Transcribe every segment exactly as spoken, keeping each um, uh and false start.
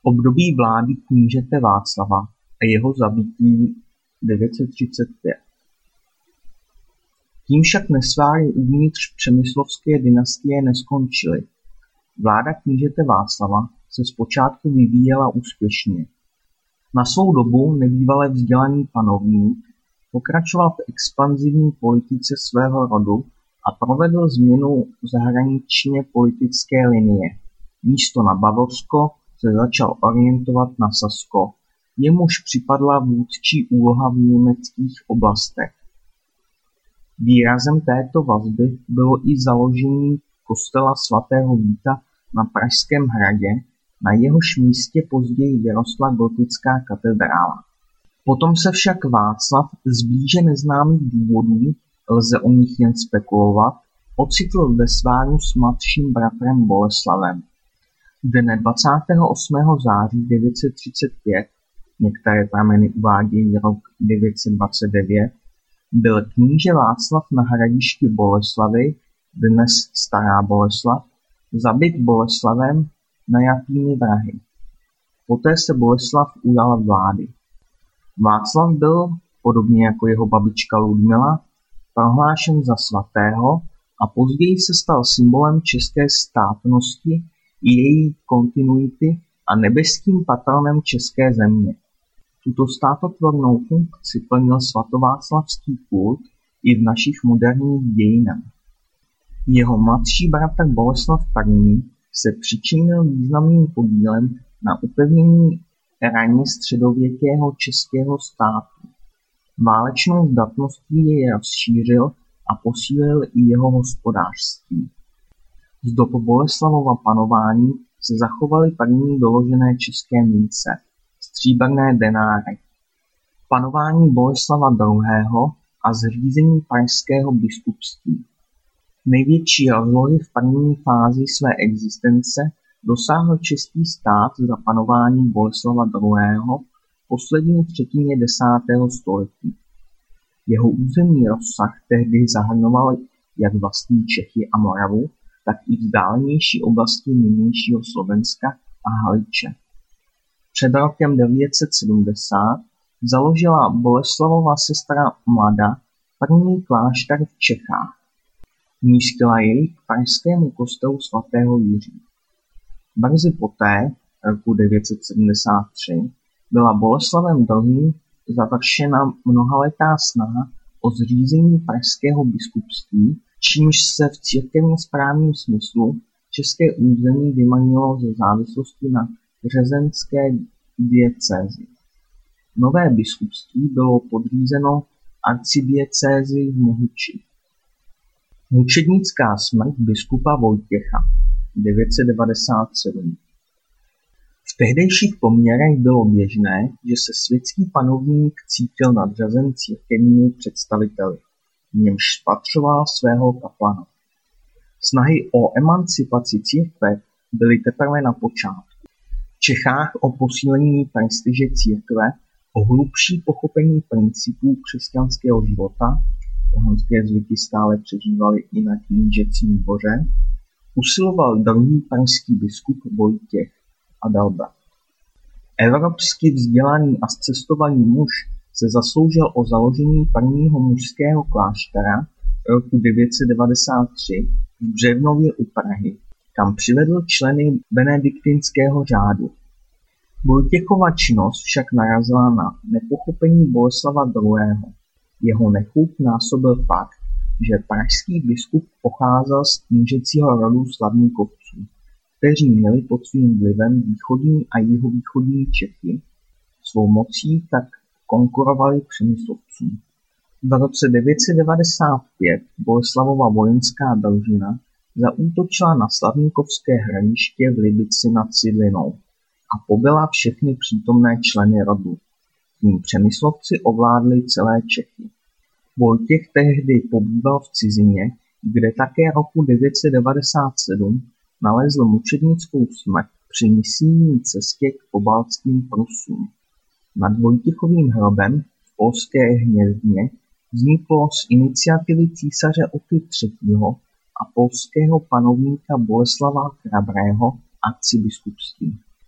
Období vlády knížete Václava a jeho zabití devět set třicet pět. Tím však nesváry uvnitř přemyslovské dynastie neskončily. Vláda knížete Václava se zpočátku vyvíjela úspěšně. Na svou dobu nebývale vzdělaný panovník pokračoval v expanzivní politice svého rodu a provedl změnu zahraničně politické linie. Místo na Bavorsko se začal orientovat na Sasko, jemuž připadla vůdčí úloha v německých oblastech. Výrazem této vazby bylo i založení kostela svatého Víta na Pražském hradě, na jehož místě později vyrostla gotická katedrála. Potom se však Václav z blíže neznámých důvodů, lze o nich jen spekulovat, ocitl ve sváru s mladším bratrem Boleslavem. Dne dvacátého osmého září devět set třicet pět, některé prameny uvádějí rok devět set dvacet devět, byl kníže Václav na hradišti Boleslavy, dnes Stará Boleslav, zabit Boleslavem najatými vrahy. Poté se Boleslav ujal vlády. Václav byl, podobně jako jeho babička Ludmila, prohlášen za svatého a později se stal symbolem české státnosti i její kontinuity a nebeským patronem české země. Tuto státotvornou funkci plnil svatováclavský kult i v našich moderních dějinách. Jeho mladší bratr Boleslav I. se přičinil významným podílem na upevnění raně středověkého českého státu. Válečnou zdatností jej rozšířil a posílil i jeho hospodářství. Z dob Boleslavova panování se zachovaly první doložené české mince, stříbrné denáry. Panování Boleslava druhého. a zřízení pražského biskupství. Největší rozlohy v první fázi své existence dosáhl český stát za panování Boleslava druhého. v poslední třetině desátého století. Jeho územní rozsah tehdy zahrnoval jak vlastní Čechy a Moravu, tak i vzdálenější oblasti nynějšího Slovenska a Haliče. Před rokem devět set sedmdesát založila Boleslavova sestra Mlada první klášter v Čechách. Umístila jej k pražskému kostelu svatého Jiří. Brzy poté, roku devět set sedmdesát tři, byla Boleslavem druhým. završena mnohaletá snaha o zřízení pražského biskupství, čímž se v církevně správním smyslu české území vymanilo ze závislosti na řezenské diecézi. Nové biskupství bylo podřízeno arcidiecézi v Mohuči. Mučednická smrt biskupa Vojtěcha devět set devadesát sedm. V tehdejších poměrech bylo běžné, že se světský panovník cítil nadřazen církevnímu představiteli, v němž spatřoval svého kaplana. Snahy o emancipaci církve byly teprve na počátku. V Čechách o posílení prestiže církve, o hlubší pochopení principů křesťanského života, pohanské zvyky stále přežívaly i na knížecím dvoře, usiloval druhý pražský biskup Vojtěch Adalbert. Evropsky vzdělaný a zcestovaný muž se zasloužil o založení prvního mužského kláštera roku devět set devadesát tři v Břevnově u Prahy, kam přivedl členy benediktinského řádu. Vojtěchova činnost však narazila na nepochopení Boleslava druhého. Jeho nechuť násobil fakt, že pražský biskup pocházel z knížecího rodu Slavníkovců, kteří měli pod svým vlivem východní a jihovýchodní Čechy, svou mocí tak konkurovali Přemyslovcům. V roce devět set devadesát pět Boleslavova vojenská družina zaútočila na Slavníkovské hradiště v Libici nad Cidlinou a pobila všechny přítomné členy rodu. Tím Přemyslovci ovládli celé Čechy. Vojtěch tehdy pobýval v cizině, kde také roku devět set devadesát sedm nalezl mučednickou smrt při misijní cestě k pobaltským Prusům. Nad Vojtěchovým hrobem v polské Hnězdně vzniklo z iniciativy císaře Oty třetího. a polského panovníka Boleslava Chrabrého arcibiskupství.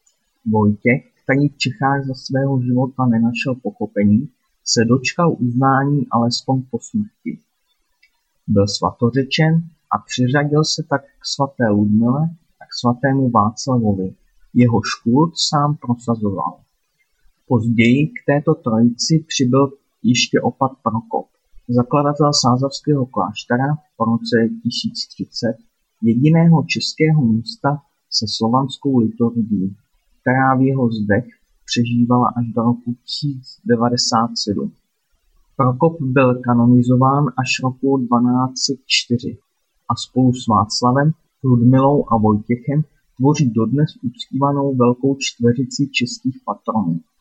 Vojtěch, který v Čechách za svého života nenašel pochopení, se dočkal uznání alespoň po smrti. Byl svatořečen a přiřadil se tak k svaté Ludmile a k svatému Václavovi, jehož kult sám prosazoval. Později k této trojici přibyl ještě opat Prokop, zakladatel sázavského kláštera v roce tisíc třicet, jediného českého města se slovanskou liturgií, která v jeho zdech přežívala až do roku tisíc devadesát sedm. Prokop byl kanonizován až roku dvanáct set čtyři a spolu s Václavem, Ludmilou a Vojtěchem tvoří dodnes uctívanou velkou čtveřici českých patronů.